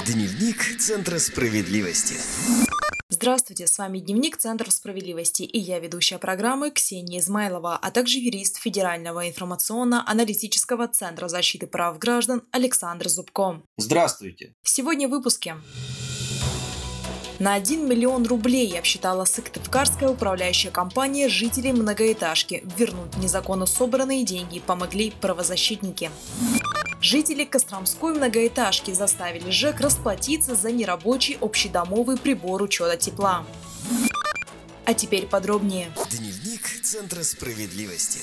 Дневник Центра справедливости. Здравствуйте, с вами Дневник Центра справедливости и я ведущая программы Ксения Измайлова, а также юрист Федерального информационно-аналитического центра защиты прав граждан Александр Зубко. Здравствуйте. Сегодня в выпуске. На 1 миллион рублей обсчитала Сыктывкарская управляющая компания жителей многоэтажки. Вернуть незаконно собранные деньги помогли правозащитники. Жители Костромской многоэтажки заставили ЖЭК расплатиться за нерабочий общедомовый прибор учета тепла. А теперь подробнее. Дневник Центра справедливости.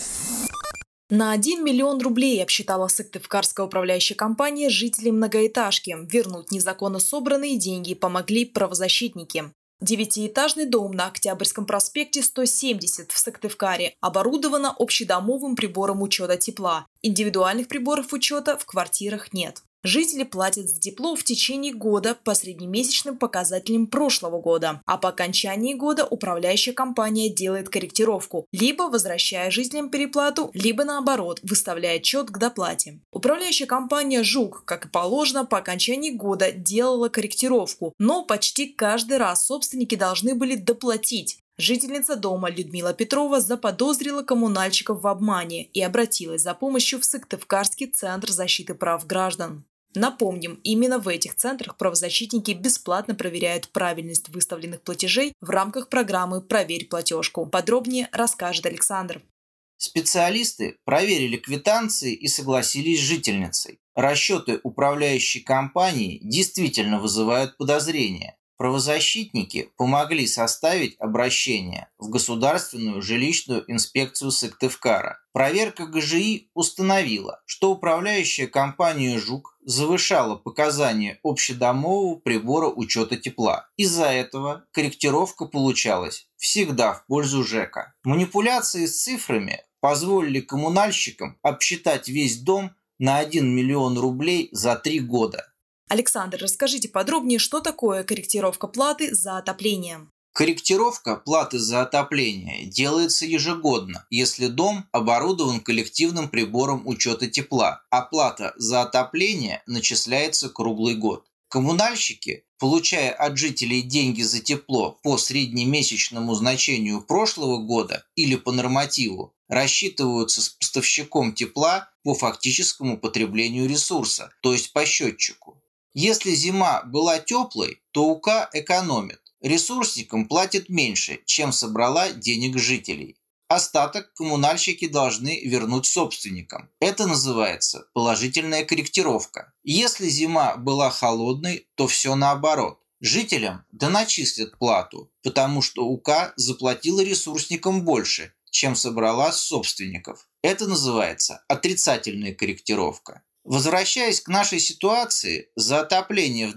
На 1 миллион рублей обсчитала Сыктывкарская управляющая компания жителей многоэтажки. Вернуть незаконно собранные деньги помогли правозащитники. Девятиэтажный дом на Октябрьском проспекте 170 в Сыктывкаре оборудовано общедомовым прибором учета тепла. Индивидуальных приборов учета в квартирах нет. Жители платят за тепло в течение года по среднемесячным показателям прошлого года, а по окончании года управляющая компания делает корректировку, либо возвращая жителям переплату, либо наоборот, выставляя отчет к доплате. Управляющая компания «Жук», как и положено, по окончании года делала корректировку, но почти каждый раз собственники должны были доплатить. Жительница дома Людмила Петрова заподозрила коммунальщиков в обмане и обратилась за помощью в Сыктывкарский центр защиты прав граждан. Напомним, именно в этих центрах правозащитники бесплатно проверяют правильность выставленных платежей в рамках программы «Проверь платежку». Подробнее расскажет Александр. Специалисты проверили квитанции и согласились с жительницей. Расчеты управляющей компании действительно вызывают подозрения. Правозащитники помогли составить обращение в Государственную жилищную инспекцию Сыктывкара. Проверка ГЖИ установила, что управляющая компания «Жук» завышала показания общедомового прибора учета тепла. Из-за этого корректировка получалась всегда в пользу ЖЭКа. Манипуляции с цифрами позволили коммунальщикам обсчитать весь дом на 1 миллион рублей за 3 года. Александр, расскажите подробнее, что такое корректировка платы за отопление. Корректировка платы за отопление делается ежегодно, если дом оборудован коллективным прибором учета тепла, а плата за отопление начисляется круглый год. Коммунальщики, получая от жителей деньги за тепло по среднемесячному значению прошлого года или по нормативу, рассчитываются с поставщиком тепла по фактическому потреблению ресурса, то есть по счетчику. Если зима была теплой, то УК экономит. Ресурсникам платят меньше, чем собрала денег жителей. Остаток коммунальщики должны вернуть собственникам. Это называется положительная корректировка. Если зима была холодной, то все наоборот. Жителям доначислят плату, потому что УК заплатила ресурсникам больше, чем собрала с собственников. Это называется отрицательная корректировка. Возвращаясь к нашей ситуации, за отопление в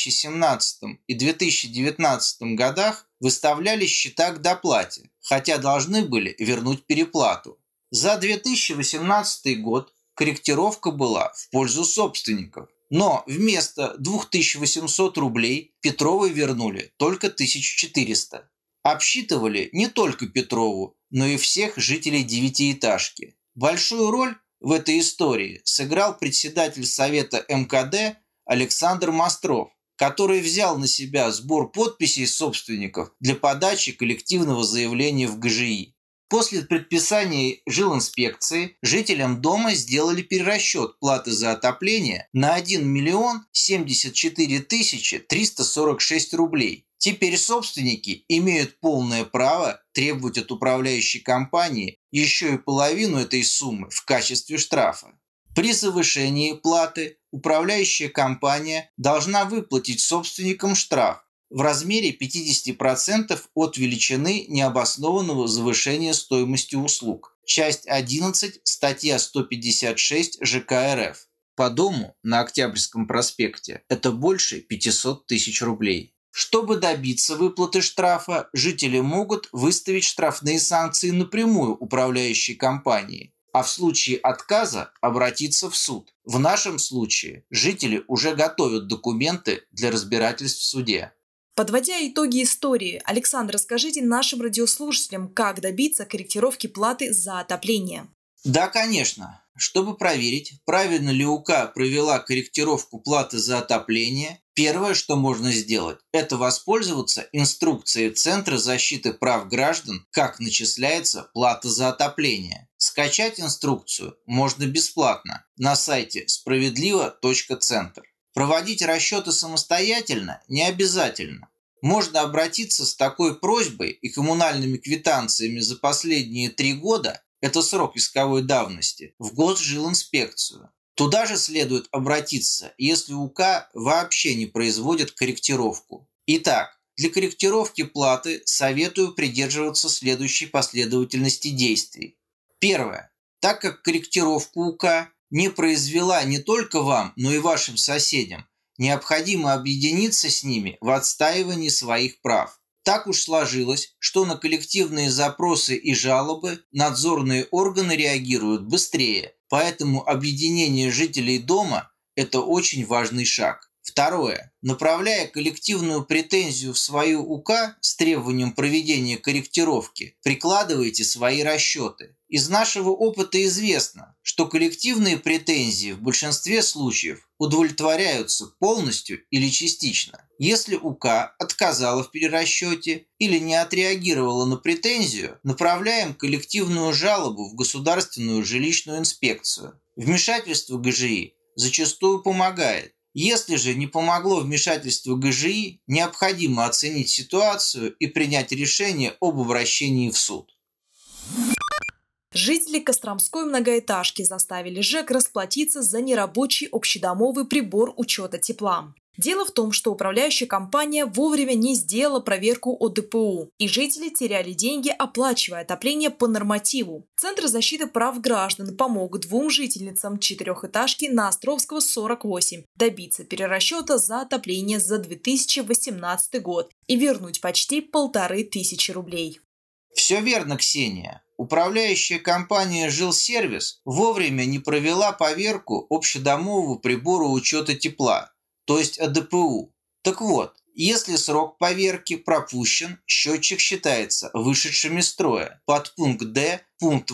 2017 и 2019 годах выставляли счета к доплате, хотя должны были вернуть переплату. За 2018 год корректировка была в пользу собственников, но вместо 2800 рублей Петровой вернули только 1400. Обсчитывали не только Петрову, но и всех жителей девятиэтажки. Большую роль в этой истории сыграл председатель Совета МКД Александр Мастров, который взял на себя сбор подписей собственников для подачи коллективного заявления в ГЖИ. После предписания жилинспекции жителям дома сделали перерасчет платы за отопление на 1 миллион 74 тысячи 346 рублей. Теперь собственники имеют полное право требовать от управляющей компании еще и половину этой суммы в качестве штрафа. При завышении платы управляющая компания должна выплатить собственникам штраф в размере 50% от величины необоснованного завышения стоимости услуг. Часть 11, статья 156 ЖК РФ. По дому на Октябрьском проспекте это больше 500 тысяч рублей. Чтобы добиться выплаты штрафа, жители могут выставить штрафные санкции напрямую управляющей компании, а в случае отказа обратиться в суд. В нашем случае жители уже готовят документы для разбирательств в суде. Подводя итоги истории, Александр, расскажите нашим радиослушателям, как добиться корректировки платы за отопление. Да, конечно. Чтобы проверить, правильно ли УК провела корректировку платы за отопление, Первое, что можно сделать, это воспользоваться инструкцией Центра защиты прав граждан, как начисляется плата за отопление. Скачать инструкцию можно бесплатно на сайте справедливо.центр. Проводить расчеты самостоятельно не обязательно. Можно обратиться с такой просьбой и коммунальными квитанциями за последние 3 года, это срок исковой давности, в Госжилинспекцию. Туда же следует обратиться, если УК вообще не производит корректировку. Итак, для корректировки платы советую придерживаться следующей последовательности действий. Первое. Так как корректировку УК не произвела не только вам, но и вашим соседям, необходимо объединиться с ними в отстаивании своих прав. Так уж сложилось, что на коллективные запросы и жалобы надзорные органы реагируют быстрее, поэтому объединение жителей дома – это очень важный шаг. Второе. Направляя коллективную претензию в свою УК с требованием проведения корректировки, прикладывайте свои расчеты. Из нашего опыта известно, что коллективные претензии в большинстве случаев удовлетворяются полностью или частично. Если УК отказала в перерасчете или не отреагировала на претензию, направляем коллективную жалобу в Государственную жилищную инспекцию. Вмешательство ГЖИ зачастую помогает. Если же не помогло вмешательство ГЖИ, необходимо оценить ситуацию и принять решение об обращении в суд. Жители Костромской многоэтажки заставили ЖЭК расплатиться за нерабочий общедомовый прибор учета тепла. Дело в том, что управляющая компания вовремя не сделала проверку ОДПУ, и жители теряли деньги, оплачивая отопление по нормативу. Центр защиты прав граждан помог 2 жительницам 4-этажки на Островского, 48, добиться перерасчета за отопление за 2018 год и вернуть почти 1500 рублей. Все верно, Ксения. Управляющая компания «Жилсервис» вовремя не провела поверку общедомового прибора учета тепла, то есть ОДПУ. Так вот, если срок поверки пропущен, счетчик считается вышедшим из строя. Подпункт Д, пункт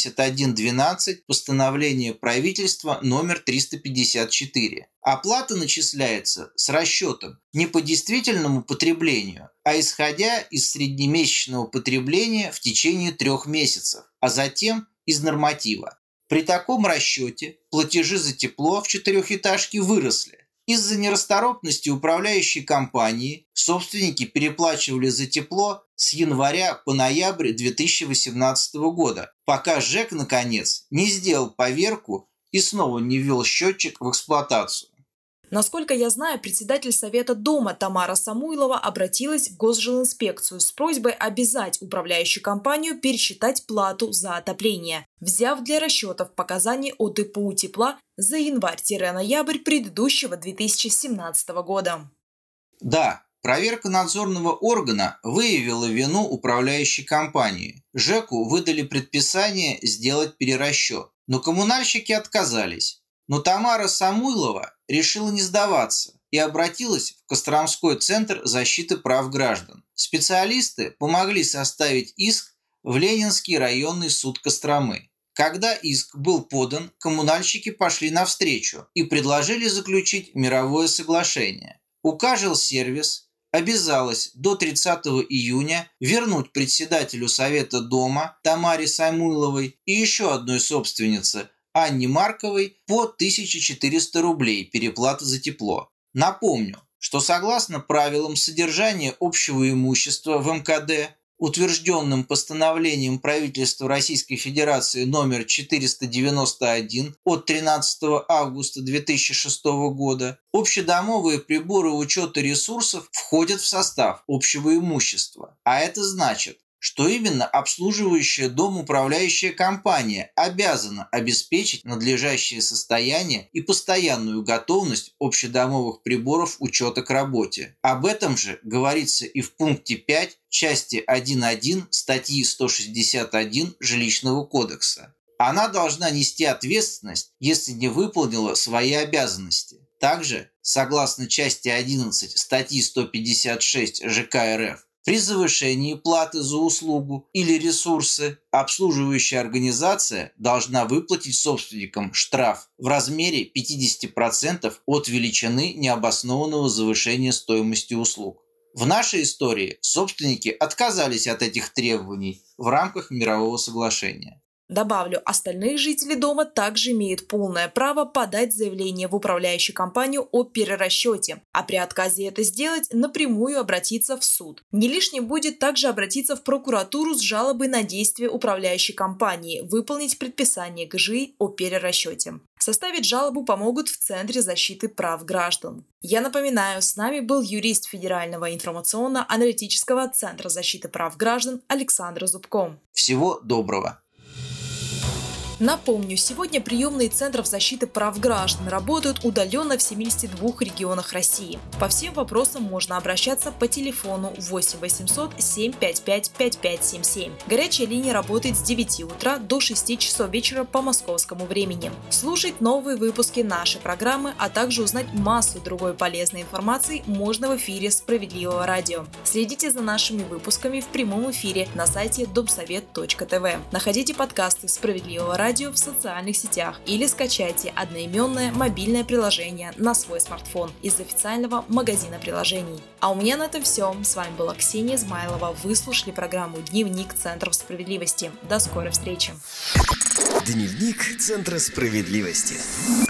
81.12 постановления правительства номер 354. Оплата начисляется с расчетом не по действительному потреблению, а исходя из среднемесячного потребления в течение 3 месяцев, а затем из норматива. При таком расчете платежи за тепло в 4-этажке выросли. Из-за нерасторопности управляющей компании собственники переплачивали за тепло с января по ноябрь 2018 года, пока ЖЭК, наконец, не сделал поверку и снова не ввел счетчик в эксплуатацию. Насколько я знаю, председатель Совета дома Тамара Самуйлова обратилась в Госжилинспекцию с просьбой обязать управляющую компанию пересчитать плату за отопление, взяв для расчетов показания ОДПУ тепла за январь-ноябрь предыдущего 2017 года. Да, проверка надзорного органа выявила вину управляющей компании. ЖЭКу выдали предписание сделать перерасчет, но коммунальщики отказались. Но Тамара Самуйлова решила не сдаваться и обратилась в Костромской центр защиты прав граждан. Специалисты помогли составить иск в Ленинский районный суд Костромы. Когда иск был подан, коммунальщики пошли навстречу и предложили заключить мировое соглашение. УК «Жилсервис» обязалась до 30 июня вернуть председателю Совета дома Тамаре Самуйловой и еще одной собственнице Анне Марковой по 1400 рублей переплаты за тепло. Напомню, что согласно правилам содержания общего имущества в МКД, утвержденным постановлением правительства Российской Федерации номер 491 от 13 августа 2006 года, общедомовые приборы учета ресурсов входят в состав общего имущества. А это значит, что именно обслуживающая дом управляющая компания обязана обеспечить надлежащее состояние и постоянную готовность общедомовых приборов учета к работе. Об этом же говорится и в пункте 5 части 1.1 статьи 161 Жилищного кодекса. Она должна нести ответственность, если не выполнила свои обязанности. Также, согласно части 11 статьи 156 ЖК РФ, При завышении платы за услугу или ресурсы обслуживающая организация должна выплатить собственникам штраф в размере 50% от величины необоснованного завышения стоимости услуг. В нашей истории собственники отказались от этих требований в рамках мирового соглашения. Добавлю, остальные жители дома также имеют полное право подать заявление в управляющую компанию о перерасчете, а при отказе это сделать напрямую обратиться в суд. Не лишним будет также обратиться в прокуратуру с жалобой на действия управляющей компании, выполнить предписание ГЖИ о перерасчете. Составить жалобу помогут в Центре защиты прав граждан. Я напоминаю, с нами был юрист Федерального информационно-аналитического центра защиты прав граждан Александр Зубко. Всего доброго! Напомню, сегодня приемные центров защиты прав граждан работают удаленно в 72 регионах России. По всем вопросам можно обращаться по телефону 8 800 755 5577. Горячая линия работает с 9 утра до 6 часов вечера по московскому времени. Слушать новые выпуски нашей программы, а также узнать массу другой полезной информации можно в эфире Справедливого радио. Следите за нашими выпусками в прямом эфире на сайте domsovet.tv. Находите подкасты Справедливого радио в социальных сетях или скачайте одноименное мобильное приложение на свой смартфон из официального магазина приложений. А у меня на этом все. С вами была Ксения Измайлова. Вы слушали программу «Дневник Центров справедливости». До скорой встречи. Дневник Центра справедливости.